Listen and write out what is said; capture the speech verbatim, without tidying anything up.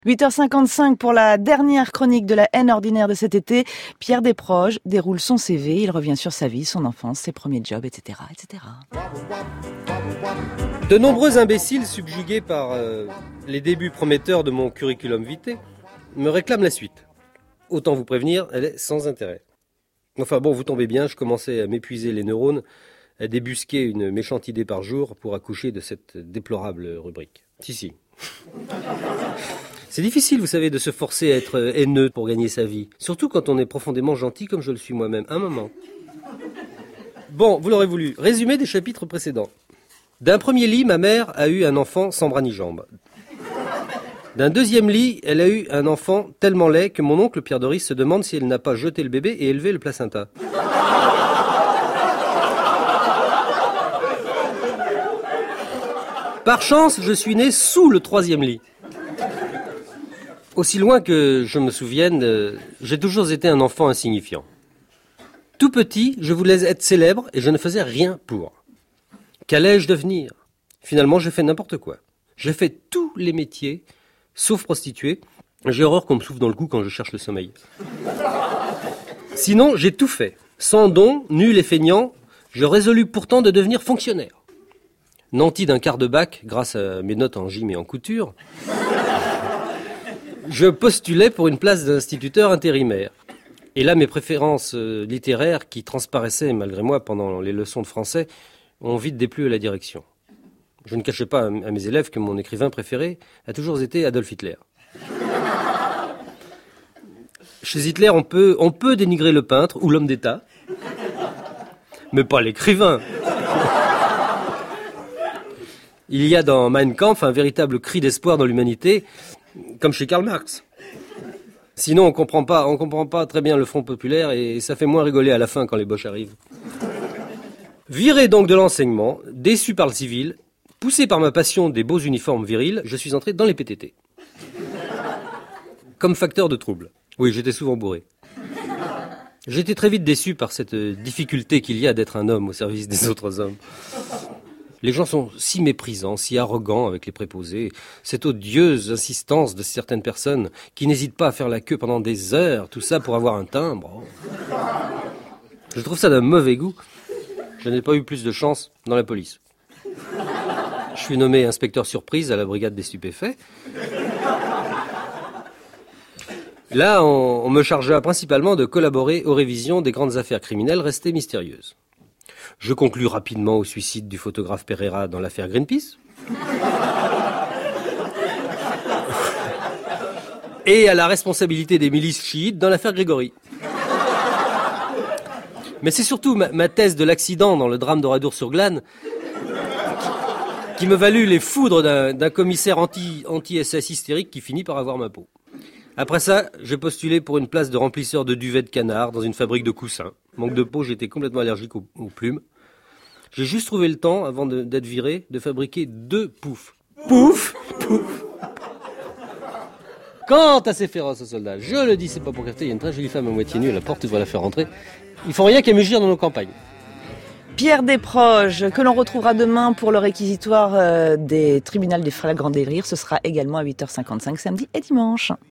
huit heures cinquante-cinq pour la dernière chronique de la haine ordinaire de cet été. Pierre Desproges déroule son C V, il revient sur sa vie, son enfance, ses premiers jobs, et cetera, et cetera. De nombreux imbéciles subjugués par euh, les débuts prometteurs de mon curriculum vitae me réclament la suite. Autant vous prévenir, elle est sans intérêt. Enfin bon, vous tombez bien, je commençais à m'épuiser les neurones, à débusquer une méchante idée par jour pour accoucher de cette déplorable rubrique. Si, si. C'est difficile, vous savez, de se forcer à être haineux pour gagner sa vie. Surtout quand on est profondément gentil comme je le suis moi-même. Un moment. Bon, vous l'aurez voulu. Résumé des chapitres précédents. D'un premier lit, ma mère a eu un enfant sans bras ni jambes. D'un deuxième lit, elle a eu un enfant tellement laid que mon oncle Pierre Doris se demande si elle n'a pas jeté le bébé et élevé le placenta. Par chance, je suis né sous le troisième lit. Aussi loin que je me souvienne, euh, j'ai toujours été un enfant insignifiant. Tout petit, je voulais être célèbre et je ne faisais rien pour. Qu'allais-je devenir ? Finalement, j'ai fait n'importe quoi. J'ai fait tous les métiers, sauf prostituée. J'ai horreur qu'on me souffle dans le cou quand je cherche le sommeil. Sinon, j'ai tout fait. Sans don, nul et feignant, je résolus pourtant de devenir fonctionnaire. Nanti d'un quart de bac, grâce à mes notes en gym et en couture, je postulais pour une place d'instituteur intérimaire. Et là, mes préférences euh, littéraires, qui transparaissaient malgré moi pendant les leçons de français, ont vite déplu à la direction. Je ne cachais pas à mes élèves que mon écrivain préféré a toujours été Adolf Hitler. Chez Hitler, on peut, on peut dénigrer le peintre ou l'homme d'État, mais pas l'écrivain. Il y a dans Mein Kampf un véritable cri d'espoir dans l'humanité, comme chez Karl Marx. Sinon, on comprend pas, on comprend pas très bien le Front populaire et ça fait moins rigoler à la fin quand les Boches arrivent. Viré donc de l'enseignement, déçu par le civil, poussé par ma passion des beaux uniformes virils, je suis entré dans les P T T. Comme facteur de trouble. Oui, j'étais souvent bourré. J'étais très vite déçu par cette difficulté qu'il y a d'être un homme au service des autres hommes. Les gens sont si méprisants, si arrogants avec les préposés, cette odieuse insistance de certaines personnes qui n'hésitent pas à faire la queue pendant des heures, tout ça pour avoir un timbre. Je trouve ça d'un mauvais goût. Je n'ai pas eu plus de chance dans la police. Je suis nommé inspecteur surprise à la brigade des stupéfaits. Là, on, on me chargea principalement de collaborer aux révisions des grandes affaires criminelles restées mystérieuses. Je conclus rapidement au suicide du photographe Pereira dans l'affaire Greenpeace. Et à la responsabilité des milices chiites dans l'affaire Grégory. Mais c'est surtout ma, ma thèse de l'accident dans le drame d'Oradour-sur-Glane qui me valut les foudres d'un, d'un commissaire anti, anti-S S hystérique qui finit par avoir ma peau. Après ça, j'ai postulé pour une place de remplisseur de duvet de canard dans une fabrique de coussins. Manque de peau, j'étais complètement allergique aux, aux plumes. J'ai juste trouvé le temps, avant de, d'être viré, de fabriquer deux poufs. Pouf, pouf. Quant à ces féroces soldats, je le dis, c'est pas pour capter, il y a une très jolie femme à moitié nue à la porte, je dois la faire rentrer. Ils font rien qu'à mugir dans nos campagnes. Pierre Desproges, que l'on retrouvera demain pour le réquisitoire des tribunaux des flagrants délires. Ce sera également à huit heures cinquante-cinq samedi et dimanche.